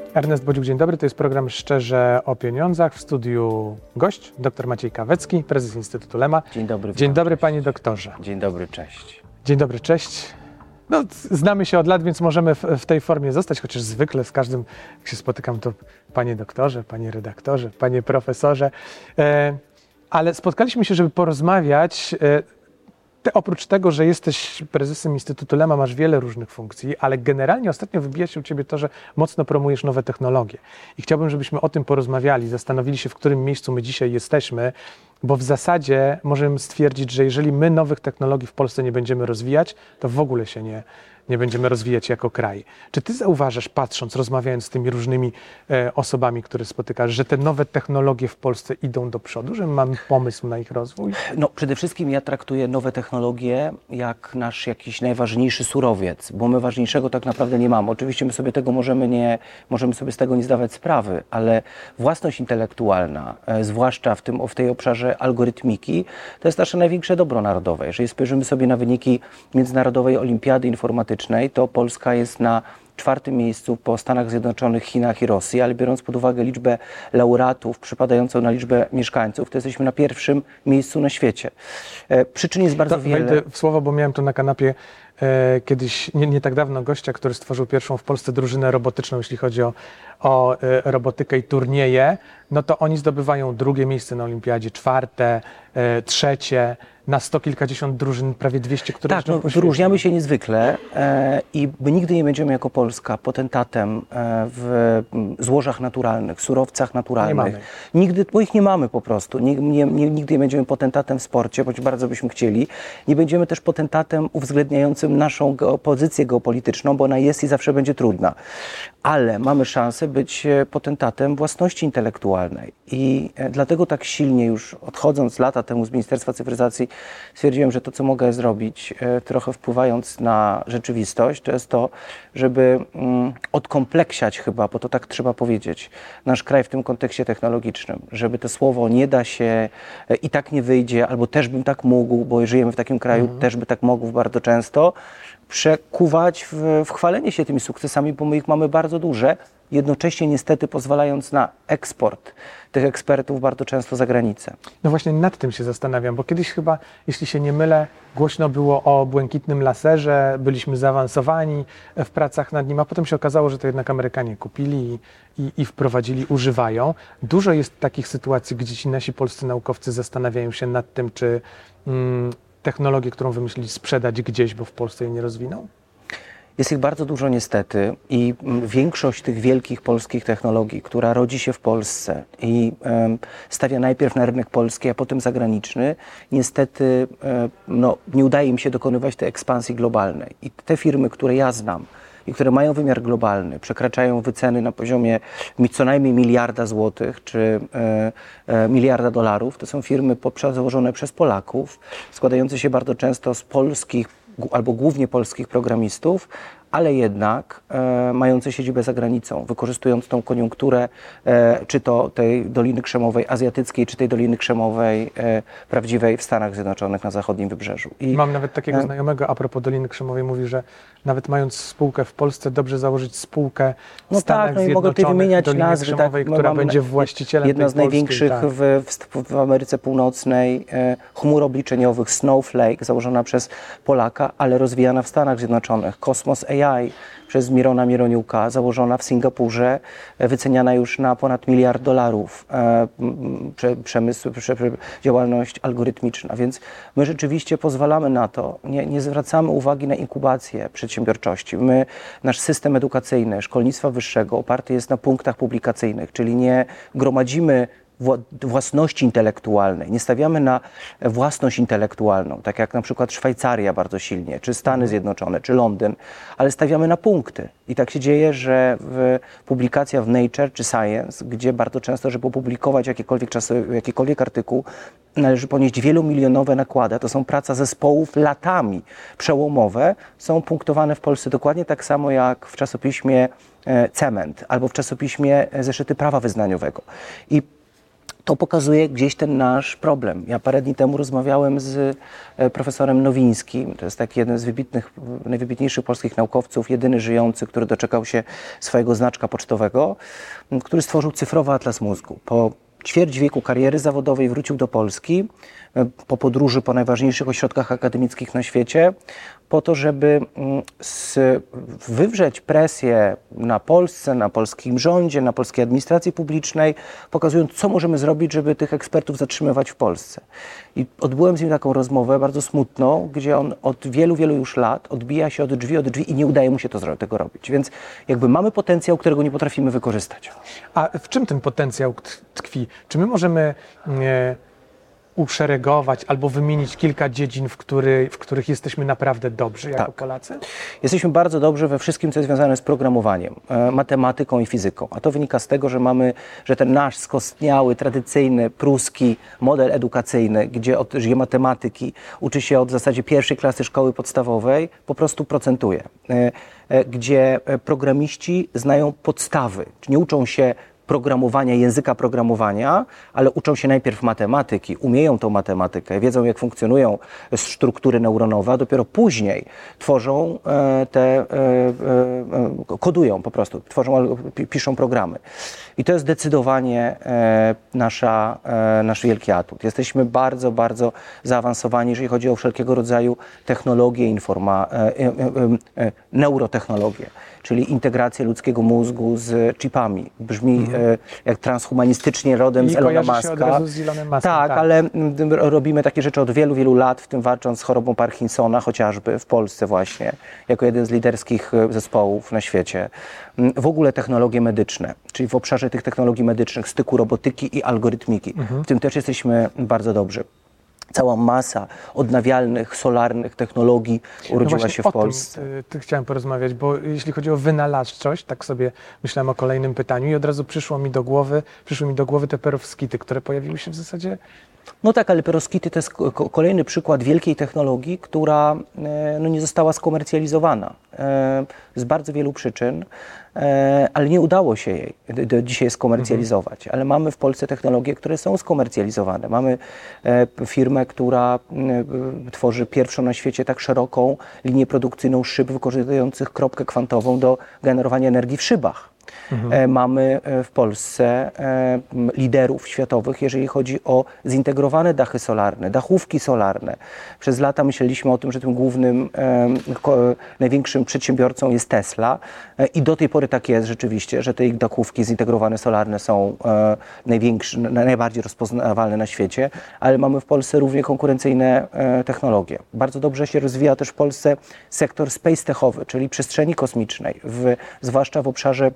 Ernest Bodziuk, dzień dobry. To jest program Szczerze o pieniądzach. W studiu gość, dr Maciej Kawecki, prezes Instytutu Lema. Dzień dobry. Dzień dobry, panie doktorze. Dzień dobry, cześć. Dzień dobry, cześć. No, znamy się od lat, więc możemy w tej formie zostać, chociaż zwykle z każdym, jak się spotykam, to panie doktorze, panie redaktorze, panie profesorze. Ale spotkaliśmy się, żeby porozmawiać. Oprócz tego, że jesteś prezesem Instytutu Lema, masz wiele różnych funkcji, ale generalnie ostatnio wybija się u ciebie to, że mocno promujesz nowe technologie. I chciałbym, żebyśmy o tym porozmawiali, zastanowili się, w którym miejscu my dzisiaj jesteśmy, bo w zasadzie możemy stwierdzić, że jeżeli my nowych technologii w Polsce nie będziemy rozwijać, to w ogóle się nie będziemy rozwijać jako kraj. Czy ty zauważasz, patrząc, rozmawiając z tymi różnymi osobami, które spotykasz, że te nowe technologie w Polsce idą do przodu, że mamy pomysł na ich rozwój? No, przede wszystkim ja traktuję nowe technologie jak nasz jakiś najważniejszy surowiec, bo my ważniejszego tak naprawdę nie mamy. Oczywiście my sobie tego możemy sobie z tego nie zdawać sprawy, ale własność intelektualna, zwłaszcza w tej obszarze algorytmiki, to jest nasze największe dobro narodowe. Jeżeli spojrzymy sobie na wyniki Międzynarodowej Olimpiady Informatycznej, to Polska jest na 4. miejscu po Stanach Zjednoczonych, Chinach i Rosji, ale biorąc pod uwagę liczbę laureatów przypadającą na liczbę mieszkańców, to jesteśmy na 1. miejscu na świecie. Przyczyn jest bardzo wiele. Wejdę w słowo, bo miałem tu na kanapie kiedyś, nie tak dawno, gościa, który stworzył pierwszą w Polsce drużynę robotyczną, jeśli chodzi o robotykę i turnieje, no to oni zdobywają 2. miejsce na olimpiadzie, 4., 3., na 100 kilkadziesiąt drużyn, prawie 200, które... Tak, no, wyróżniamy się niezwykle i my nigdy nie będziemy jako Polska potentatem w złożach naturalnych, surowcach naturalnych. Nie mamy. Nigdy, bo ich nie mamy po prostu. Nigdy nie będziemy potentatem w sporcie, choć bardzo byśmy chcieli. Nie będziemy też potentatem uwzględniającym naszą pozycję geopolityczną, bo ona jest i zawsze będzie trudna. Ale mamy szansę być potentatem własności intelektualnej. I dlatego tak silnie już odchodząc lata temu z Ministerstwa Cyfryzacji stwierdziłem, że to, co mogę zrobić, trochę wpływając na rzeczywistość, to jest to, żeby odkompleksiać chyba, bo to tak trzeba powiedzieć, nasz kraj w tym kontekście technologicznym, żeby to słowo nie da się i tak nie wyjdzie, albo też bym tak mógł, bo żyjemy w takim kraju, też by tak mógł bardzo często, przekuwać w chwalenie się tymi sukcesami, bo my ich mamy bardzo duże, jednocześnie niestety pozwalając na eksport tych ekspertów bardzo często za granicę. No właśnie nad tym się zastanawiam, bo kiedyś chyba, jeśli się nie mylę, głośno było o błękitnym laserze, byliśmy zaawansowani w pracach nad nim, a potem się okazało, że to jednak Amerykanie kupili i wprowadzili, używają. Dużo jest takich sytuacji, gdzie ci nasi polscy naukowcy zastanawiają się nad tym, czy technologię, którą wymyślili, sprzedać gdzieś, bo w Polsce jej nie rozwiną? Jest ich bardzo dużo niestety i większość tych wielkich polskich technologii, która rodzi się w Polsce i stawia najpierw na rynek polski, a potem zagraniczny, niestety nie udaje im się dokonywać tej ekspansji globalnej. I te firmy, które ja znam i które mają wymiar globalny, przekraczają wyceny na poziomie co najmniej miliarda złotych czy miliarda dolarów, to są firmy założone przez Polaków, składające się bardzo często z polskich albo głównie polskich programistów, ale jednak mające siedzibę za granicą, wykorzystując tą koniunkturę, czy to tej Doliny Krzemowej azjatyckiej, czy tej Doliny Krzemowej prawdziwej w Stanach Zjednoczonych na zachodnim wybrzeżu. Mam nawet takiego znajomego, a propos Doliny Krzemowej, mówi, że nawet mając spółkę w Polsce, dobrze założyć spółkę w Stanach Zjednoczonych, mogę tutaj wymieniać Doliny nazwy, Krzemowej, która będzie właścicielem jedna tej z największych w Ameryce Północnej chmur obliczeniowych Snowflake, założona przez Polaka, ale rozwijana w Stanach Zjednoczonych. Cosmos AI przez Mirona Mironiuka, założona w Singapurze, wyceniana już na ponad $1 miliard, działalność algorytmiczna. Więc my rzeczywiście pozwalamy na to, nie zwracamy uwagi na inkubację przedsiębiorczości. Nasz system edukacyjny, szkolnictwa wyższego oparty jest na punktach publikacyjnych, czyli nie gromadzimy własności intelektualnej, nie stawiamy na własność intelektualną, tak jak na przykład Szwajcaria bardzo silnie, czy Stany Zjednoczone, czy Londyn, ale stawiamy na punkty. I tak się dzieje, że publikacja w Nature czy Science, gdzie bardzo często, żeby opublikować jakikolwiek artykuł, należy ponieść wielomilionowe nakłady. To są prace zespołów latami przełomowe, są punktowane w Polsce dokładnie tak samo jak w czasopiśmie Cement albo w czasopiśmie Zeszyty Prawa Wyznaniowego. I to pokazuje gdzieś ten nasz problem. Ja parę dni temu rozmawiałem z profesorem Nowińskim, to jest taki jeden z najwybitniejszych polskich naukowców, jedyny żyjący, który doczekał się swojego znaczka pocztowego, który stworzył cyfrowy atlas mózgu. Po ćwierć wieku kariery zawodowej wrócił do Polski, po podróży po najważniejszych ośrodkach akademickich na świecie, po to, żeby wywrzeć presję na Polsce, na polskim rządzie, na polskiej administracji publicznej, pokazując, co możemy zrobić, żeby tych ekspertów zatrzymywać w Polsce. I odbyłem z nim taką rozmowę bardzo smutną, gdzie on od wielu, wielu już lat odbija się od drzwi i nie udaje mu się tego robić. Więc jakby mamy potencjał, którego nie potrafimy wykorzystać. A w czym ten potencjał tkwi? Czy my możemy uszeregować albo wymienić kilka dziedzin, w których jesteśmy naprawdę dobrzy jako Polacy? Jesteśmy bardzo dobrzy we wszystkim, co jest związane z programowaniem, matematyką i fizyką. A to wynika z tego, że ten nasz skostniały, tradycyjny, pruski model edukacyjny, gdzie uczy matematyki, uczy się od w zasadzie pierwszej klasy szkoły podstawowej, po prostu procentuje. Gdzie programiści znają podstawy, czy nie uczą się programowania, języka programowania, ale uczą się najpierw matematyki, umieją tą matematykę, wiedzą, jak funkcjonują struktury neuronowe, a dopiero później tworzą kodują po prostu, piszą programy. I to jest zdecydowanie nasz wielki atut. Jesteśmy bardzo, bardzo zaawansowani, jeżeli chodzi o wszelkiego rodzaju technologie, neurotechnologie, czyli integrację ludzkiego mózgu z chipami. Brzmi jak transhumanistycznie rodem z Elona Muska. Się od razu z Elonem Muskiem, tak, ale robimy takie rzeczy od wielu, wielu lat, w tym walcząc z chorobą Parkinsona, chociażby w Polsce właśnie, jako jeden z liderskich zespołów na świecie. W ogóle technologie medyczne, czyli w obszarze tych technologii medycznych, styku robotyki i algorytmiki. W tym też jesteśmy bardzo dobrzy. Cała masa odnawialnych, solarnych technologii urodziła się w Polsce. Tym chciałem porozmawiać, bo jeśli chodzi o wynalazczość, tak sobie myślałem o kolejnym pytaniu i od razu przyszły mi do głowy te perowskity, które pojawiły się w zasadzie. No tak, ale perovskity to jest kolejny przykład wielkiej technologii, która nie została skomercjalizowana z bardzo wielu przyczyn, ale nie udało się jej do dzisiaj skomercjalizować. Ale mamy w Polsce technologie, które są skomercjalizowane. Mamy firmę, która tworzy pierwszą na świecie tak szeroką linię produkcyjną szyb wykorzystujących kropkę kwantową do generowania energii w szybach. Mamy w Polsce liderów światowych, jeżeli chodzi o zintegrowane dachy solarne, dachówki solarne. Przez lata myśleliśmy o tym, że tym głównym, największym przedsiębiorcą jest Tesla i do tej pory tak jest rzeczywiście, że te dachówki zintegrowane solarne są najbardziej rozpoznawalne na świecie, ale mamy w Polsce równie konkurencyjne technologie. Bardzo dobrze się rozwija też w Polsce sektor space techowy, czyli przestrzeni kosmicznej, zwłaszcza w obszarze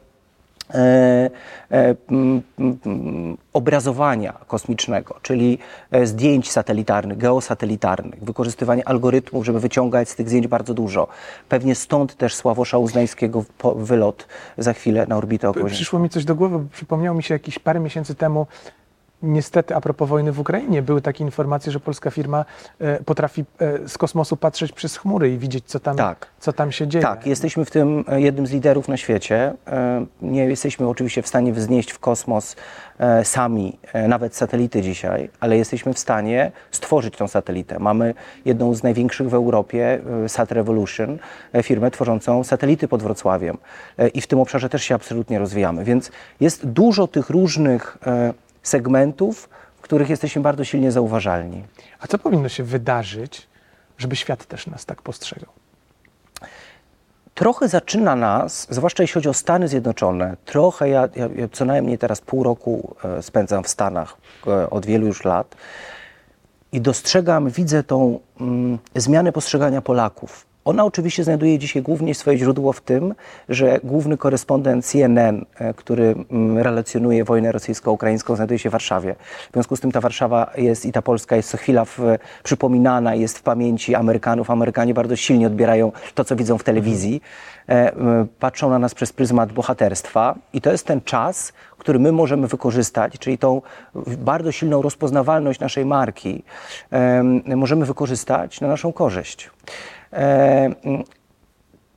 obrazowania kosmicznego, czyli zdjęć satelitarnych, geosatelitarnych, wykorzystywanie algorytmów, żeby wyciągać z tych zdjęć bardzo dużo. Pewnie stąd też Sławosza Uznańskiego wylot za chwilę na orbitę okołoziemską. Przyszło mi coś do głowy, bo przypomniało mi się jakieś parę miesięcy temu, niestety a propos wojny w Ukrainie, były takie informacje, że polska firma potrafi z kosmosu patrzeć przez chmury i widzieć, co tam się dzieje. Tak, jesteśmy w tym jednym z liderów na świecie. Nie jesteśmy oczywiście w stanie wznieść w kosmos sami, nawet satelity dzisiaj, ale jesteśmy w stanie stworzyć tą satelitę. Mamy jedną z największych w Europie, Sat Revolution, firmę tworzącą satelity pod Wrocławiem. I w tym obszarze też się absolutnie rozwijamy. Więc jest dużo tych różnych segmentów, w których jesteśmy bardzo silnie zauważalni. A co powinno się wydarzyć, żeby świat też nas tak postrzegał? Trochę zaczyna nas, zwłaszcza jeśli chodzi o Stany Zjednoczone, ja co najmniej teraz pół roku spędzam w Stanach od wielu już lat i widzę tą zmianę postrzegania Polaków. Ona oczywiście znajduje dzisiaj głównie swoje źródło w tym, że główny korespondent CNN, który relacjonuje wojnę rosyjsko-ukraińską, znajduje się w Warszawie. W związku z tym ta Warszawa i ta Polska jest co chwila przypominana, jest w pamięci Amerykanów. Amerykanie bardzo silnie odbierają to, co widzą w telewizji. Patrzą na nas przez pryzmat bohaterstwa i to jest ten czas, który my możemy wykorzystać, czyli tą bardzo silną rozpoznawalność naszej marki możemy wykorzystać na naszą korzyść.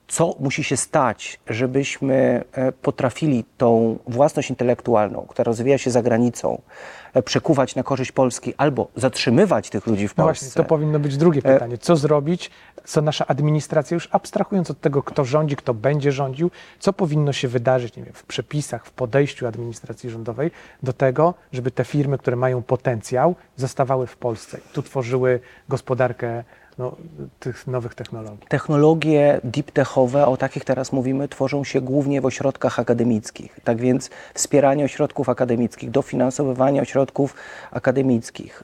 co musi się stać, żebyśmy potrafili tą własność intelektualną, która rozwija się za granicą, przekuwać na korzyść Polski albo zatrzymywać tych ludzi w No Polsce. właśnie, to powinno być drugie pytanie. Co zrobić, co nasza administracja, już abstrahując od tego, kto rządzi, kto będzie rządził, co powinno się wydarzyć, nie wiem, w przepisach, w podejściu administracji rządowej do tego, żeby te firmy, które mają potencjał, zostawały w Polsce i tu tworzyły gospodarkę tych nowych technologii. Technologie deep techowe, o takich teraz mówimy, tworzą się głównie w ośrodkach akademickich. Tak więc wspieranie ośrodków akademickich, dofinansowywanie ośrodków akademickich,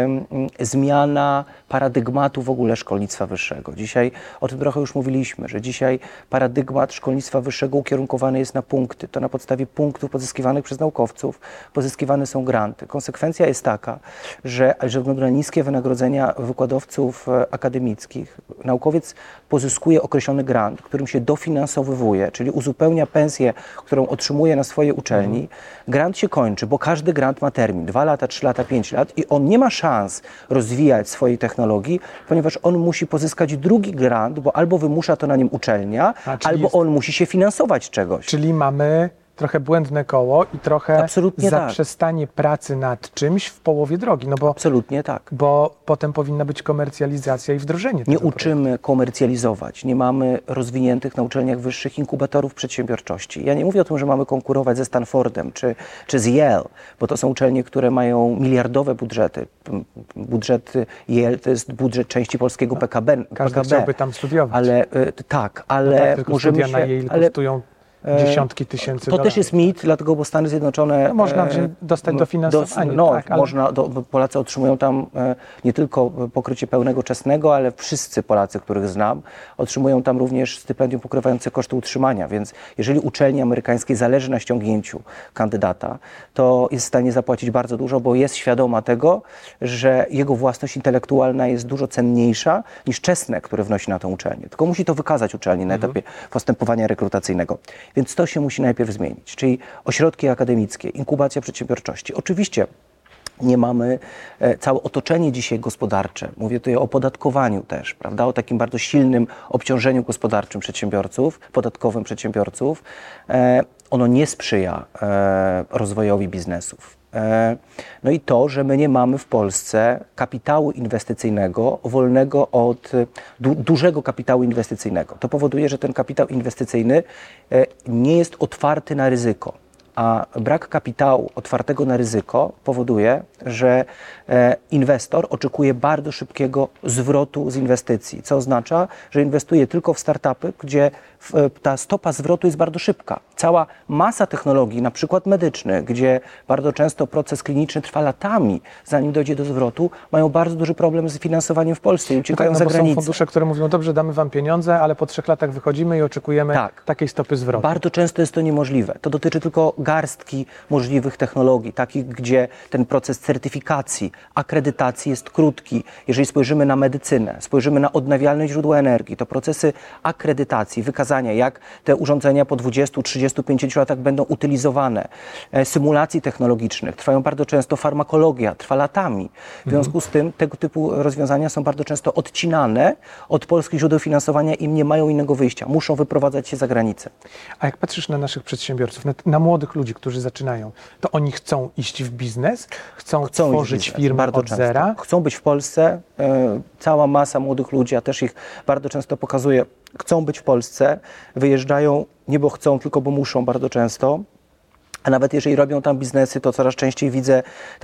zmiana paradygmatu w ogóle szkolnictwa wyższego. Dzisiaj o tym trochę już mówiliśmy, że dzisiaj paradygmat szkolnictwa wyższego ukierunkowany jest na punkty. To na podstawie punktów pozyskiwanych przez naukowców pozyskiwane są granty. Konsekwencja jest taka, że ze względu na niskie wynagrodzenia wykładowców akademickich, naukowiec pozyskuje określony grant, którym się dofinansowywuje, czyli uzupełnia pensję, którą otrzymuje na swojej uczelni. Grant się kończy, bo każdy grant ma termin 2 lata, 3 lata, 5 lat i on nie ma szans rozwijać swojej technologii, ponieważ on musi pozyskać drugi grant, bo albo wymusza to na nim uczelnia, albo on musi się finansować czegoś. Czyli mamy trochę błędne koło i trochę Absolutnie zaprzestanie pracy nad czymś w połowie drogi. No bo, Absolutnie tak. Bo potem powinna być komercjalizacja i wdrożenie tego Nie uczymy komercjalizować, nie mamy rozwiniętych na uczelniach wyższych inkubatorów przedsiębiorczości. Ja nie mówię o tym, że mamy konkurować ze Stanfordem czy z Yale, bo to są uczelnie, które mają miliardowe budżety. Budżet Yale to jest budżet części polskiego PKB. Każdy chciałby tam studiować. Ale tylko możemy studia na Yale kosztują dziesiątki tysięcy to dolarów. też jest mit, dlatego bo Stany Zjednoczone... Można dostać dofinansowanie. Polacy otrzymują tam nie tylko pokrycie pełnego czesnego, ale wszyscy Polacy, których znam, otrzymują tam również stypendium pokrywające koszty utrzymania, więc jeżeli uczelni amerykańskiej zależy na ściągnięciu kandydata, to jest w stanie zapłacić bardzo dużo, bo jest świadoma tego, że jego własność intelektualna jest dużo cenniejsza niż czesne, które wnosi na tę uczelnię. Tylko musi to wykazać uczelni na etapie postępowania rekrutacyjnego. Więc to się musi najpierw zmienić, czyli ośrodki akademickie, inkubacja przedsiębiorczości. Oczywiście nie mamy całe otoczenie dzisiaj gospodarcze, mówię tutaj o opodatkowaniu też, prawda, o takim bardzo silnym obciążeniu gospodarczym przedsiębiorców, podatkowym przedsiębiorców. Ono nie sprzyja rozwojowi biznesów. No i to, że my nie mamy w Polsce kapitału inwestycyjnego, wolnego od dużego kapitału inwestycyjnego. To powoduje, że ten kapitał inwestycyjny nie jest otwarty na ryzyko. A brak kapitału otwartego na ryzyko powoduje, że inwestor oczekuje bardzo szybkiego zwrotu z inwestycji, co oznacza, że inwestuje tylko w startupy, gdzie ta stopa zwrotu jest bardzo szybka. Cała masa technologii, na przykład medycznych, gdzie bardzo często proces kliniczny trwa latami, zanim dojdzie do zwrotu, mają bardzo duży problem z finansowaniem w Polsce i uciekają za granicę. Są fundusze, które mówią, dobrze, damy wam pieniądze, ale po 3 latach wychodzimy i oczekujemy takiej stopy zwrotu. Bardzo często jest to niemożliwe. To dotyczy tylko garstki możliwych technologii, takich, gdzie ten proces certyfikacji, akredytacji jest krótki. Jeżeli spojrzymy na medycynę, spojrzymy na odnawialne źródła energii, to procesy akredytacji, wykazania, jak te urządzenia po 20, 30, 50 latach będą utylizowane, symulacji technologicznych, trwają bardzo często, farmakologia trwa latami. W związku z tym tego typu rozwiązania są bardzo często odcinane od polskich źródeł finansowania i nie mają innego wyjścia. Muszą wyprowadzać się za granicę. A jak patrzysz na naszych przedsiębiorców, na młodych ludzi, którzy zaczynają, to oni chcą iść w biznes? Chcą tworzyć firmy od zera? Chcą być w Polsce. Cała masa młodych ludzi, a też ich bardzo często pokazuje, chcą być w Polsce, wyjeżdżają nie bo chcą, tylko bo muszą bardzo często. A nawet jeżeli robią tam biznesy, to coraz częściej widzę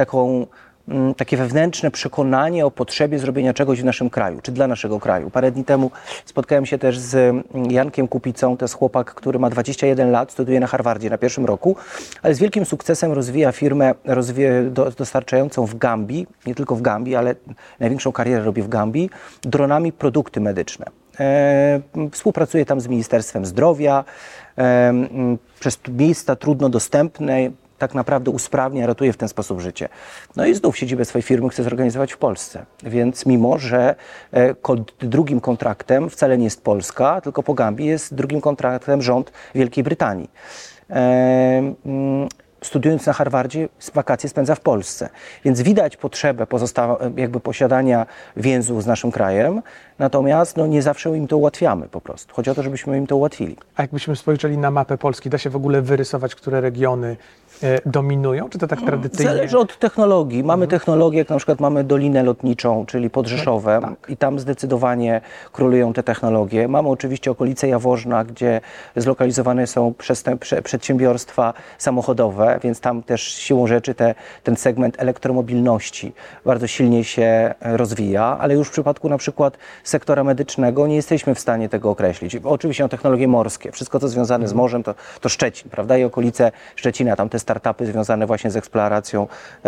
takie wewnętrzne przekonanie o potrzebie zrobienia czegoś w naszym kraju, czy dla naszego kraju. Parę dni temu spotkałem się też z Jankiem Kupicą, to jest chłopak, który ma 21 lat, studiuje na Harvardzie na 1. roku, ale z wielkim sukcesem rozwija firmę dostarczającą w Gambii, nie tylko w Gambii, ale największą karierę robi w Gambii, dronami produkty medyczne. Współpracuje tam z Ministerstwem Zdrowia, przez miejsca trudno dostępne, tak naprawdę usprawnia, ratuje w ten sposób życie. No i znów siedzibę swojej firmy chce zorganizować w Polsce. Więc mimo, że drugim kontraktem wcale nie jest Polska, tylko po Gambii jest drugim kontraktem rząd Wielkiej Brytanii. studiując na Harvardzie, wakacje spędza w Polsce. Więc widać potrzebę jakby posiadania więzów z naszym krajem, natomiast nie zawsze im to ułatwiamy po prostu. Chodzi o to, żebyśmy im to ułatwili. A jakbyśmy spojrzeli na mapę Polski, da się w ogóle wyrysować, które regiony dominują, czy to tak tradycyjnie? Zależy od technologii. Mamy technologię, jak na przykład mamy Dolinę Lotniczą, czyli pod Rzeszowem i tam zdecydowanie królują te technologie. Mamy oczywiście okolice Jaworzna, gdzie zlokalizowane są przedsiębiorstwa samochodowe, więc tam też siłą rzeczy ten segment elektromobilności bardzo silnie się rozwija, ale już w przypadku na przykład sektora medycznego nie jesteśmy w stanie tego określić. Oczywiście technologie morskie, wszystko co związane z morzem to Szczecin, prawda, i okolice Szczecina, tam te startupy związane właśnie z eksploracją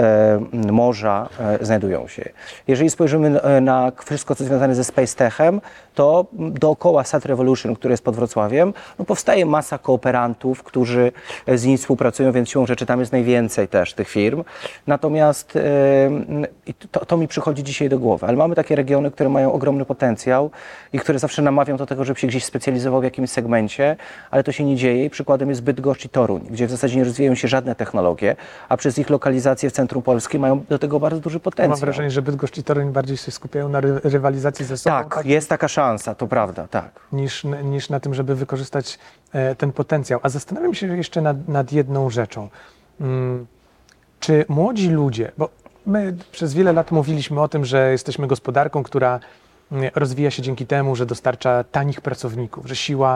morza znajdują się. Jeżeli spojrzymy na wszystko, co związane ze Space Techem, to dookoła Sat Revolution, który jest pod Wrocławiem, powstaje masa kooperantów, którzy z nimi współpracują, więc siłą rzeczy tam jest najwięcej też tych firm. Natomiast to mi przychodzi dzisiaj do głowy, ale mamy takie regiony, które mają ogromny potencjał i które zawsze namawiam do tego, żeby się gdzieś specjalizował w jakimś segmencie, ale to się nie dzieje i przykładem jest Bydgoszcz i Toruń, gdzie w zasadzie nie rozwijają się żadne technologie, a przez ich lokalizację w centrum Polski mają do tego bardzo duży potencjał. Mam wrażenie, że Bydgoszcz i Toruń bardziej się skupiają na rywalizacji ze sobą. Tak, jest taka szansa, to prawda, tak. Niż na tym, żeby wykorzystać ten potencjał. A zastanawiam się jeszcze nad jedną rzeczą. Czy młodzi ludzie, bo my przez wiele lat mówiliśmy o tym, że jesteśmy gospodarką, która rozwija się dzięki temu, że dostarcza tanich pracowników,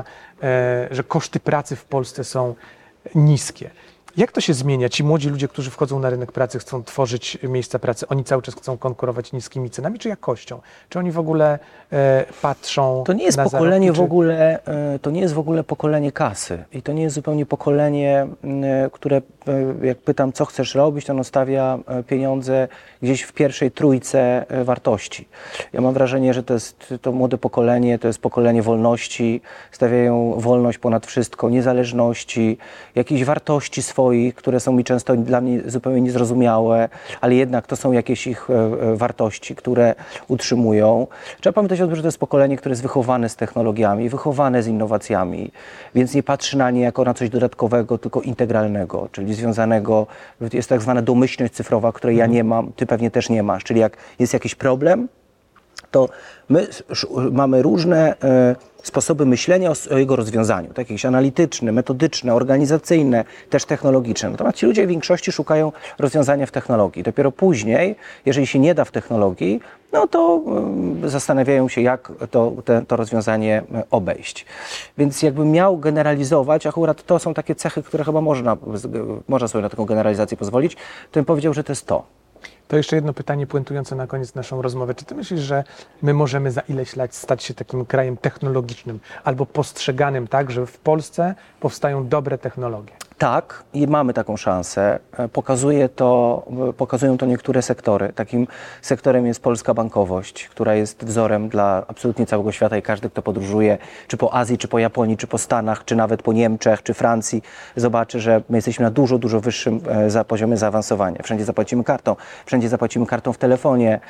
że koszty pracy w Polsce są niskie. Jak to się zmienia? Ci młodzi ludzie, którzy wchodzą na rynek pracy, chcą tworzyć miejsca pracy, oni cały czas chcą konkurować niskimi cenami, czy jakością? Czy oni w ogóle patrzą to nie jest na pokolenie zarobki, w ogóle, to nie jest w ogóle pokolenie kasy i to nie jest zupełnie pokolenie, które jak pytam, co chcesz robić, to ono stawia pieniądze gdzieś w pierwszej trójce wartości. Ja mam wrażenie, że to młode pokolenie, to jest pokolenie wolności, stawiają wolność ponad wszystko, niezależności, jakiejś wartości swoich, które są mi często dla mnie zupełnie niezrozumiałe, ale jednak to są jakieś ich wartości, które utrzymują. Trzeba pamiętać o tym, że to jest pokolenie, które jest wychowane z technologiami, wychowane z innowacjami, więc nie patrzy na nie jako na coś dodatkowego, tylko integralnego, czyli związanego, jest tak zwana domyślność cyfrowa, której ja nie mam, ty pewnie też nie masz, czyli jak jest jakiś problem, to my mamy różne sposoby myślenia o jego rozwiązaniu, takie jakieś analityczne, metodyczne, organizacyjne, też technologiczne. Natomiast ci ludzie w większości szukają rozwiązania w technologii. Dopiero później, jeżeli się nie da w technologii, no to zastanawiają się, jak to rozwiązanie obejść. Więc jakbym miał generalizować, akurat to są takie cechy, które chyba można sobie na taką generalizację pozwolić, to bym powiedział, że to jest to. To jeszcze jedno pytanie puentujące na koniec naszą rozmowę. Czy ty myślisz, że my możemy za ileś lat stać się takim krajem technologicznym albo postrzeganym tak, że w Polsce powstają dobre technologie? Tak, i mamy taką szansę. Pokazują to niektóre sektory. Takim sektorem jest polska bankowość, która jest wzorem dla absolutnie całego świata i każdy, kto podróżuje, czy po Azji, czy po Japonii, czy po Stanach, czy nawet po Niemczech, czy Francji, zobaczy, że my jesteśmy na dużo, dużo wyższym poziomie zaawansowania. Wszędzie zapłacimy kartą w telefonie,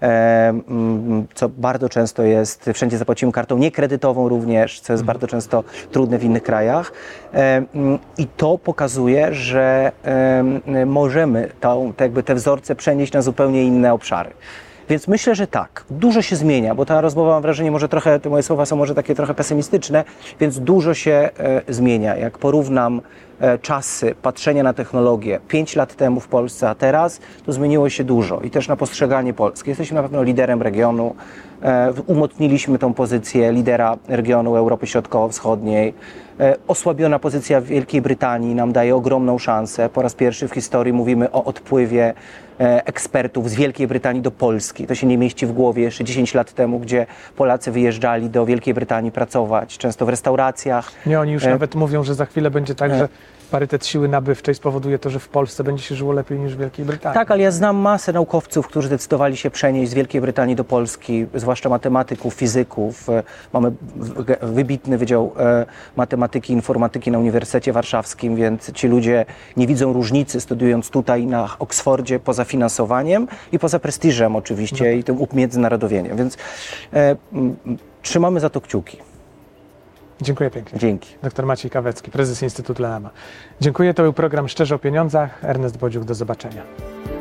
co bardzo często jest, wszędzie zapłacimy kartą niekredytową również, co jest bardzo często trudne w innych krajach. I to pokazuje, że możemy te wzorce przenieść na zupełnie inne obszary. Więc myślę, że tak, dużo się zmienia, bo ta rozmowa, mam wrażenie, może trochę, te moje słowa są może takie trochę pesymistyczne, więc dużo się zmienia. Jak porównam czasy patrzenia na technologię 5 lat temu w Polsce, a teraz, to zmieniło się dużo i też na postrzeganie Polski. Jesteśmy na pewno liderem regionu, umocniliśmy tą pozycję lidera regionu Europy Środkowo-Wschodniej. Osłabiona pozycja Wielkiej Brytanii nam daje ogromną szansę. Po raz pierwszy w historii mówimy o odpływie ekspertów z Wielkiej Brytanii do Polski. To się nie mieści w głowie jeszcze 10 lat temu, gdzie Polacy wyjeżdżali do Wielkiej Brytanii pracować, często w restauracjach. Nie, oni już nawet mówią, że za chwilę będzie tak, że parytet siły nabywczej spowoduje to, że w Polsce będzie się żyło lepiej niż w Wielkiej Brytanii. Tak, ale ja znam masę naukowców, którzy zdecydowali się przenieść z Wielkiej Brytanii do Polski, zwłaszcza matematyków, fizyków. Mamy wybitny Wydział Matematyki i Informatyki na Uniwersytecie Warszawskim, więc ci ludzie nie widzą różnicy studiując tutaj na Oksfordzie poza finansowaniem i poza prestiżem oczywiście i tym umiędzynarodowieniem, więc trzymamy za to kciuki. Dziękuję pięknie. Dzięki. Dr Maciej Kawecki, prezes Instytutu Leama. Dziękuję, to był program Szczerze o Pieniądzach. Ernest Bodziuk, do zobaczenia.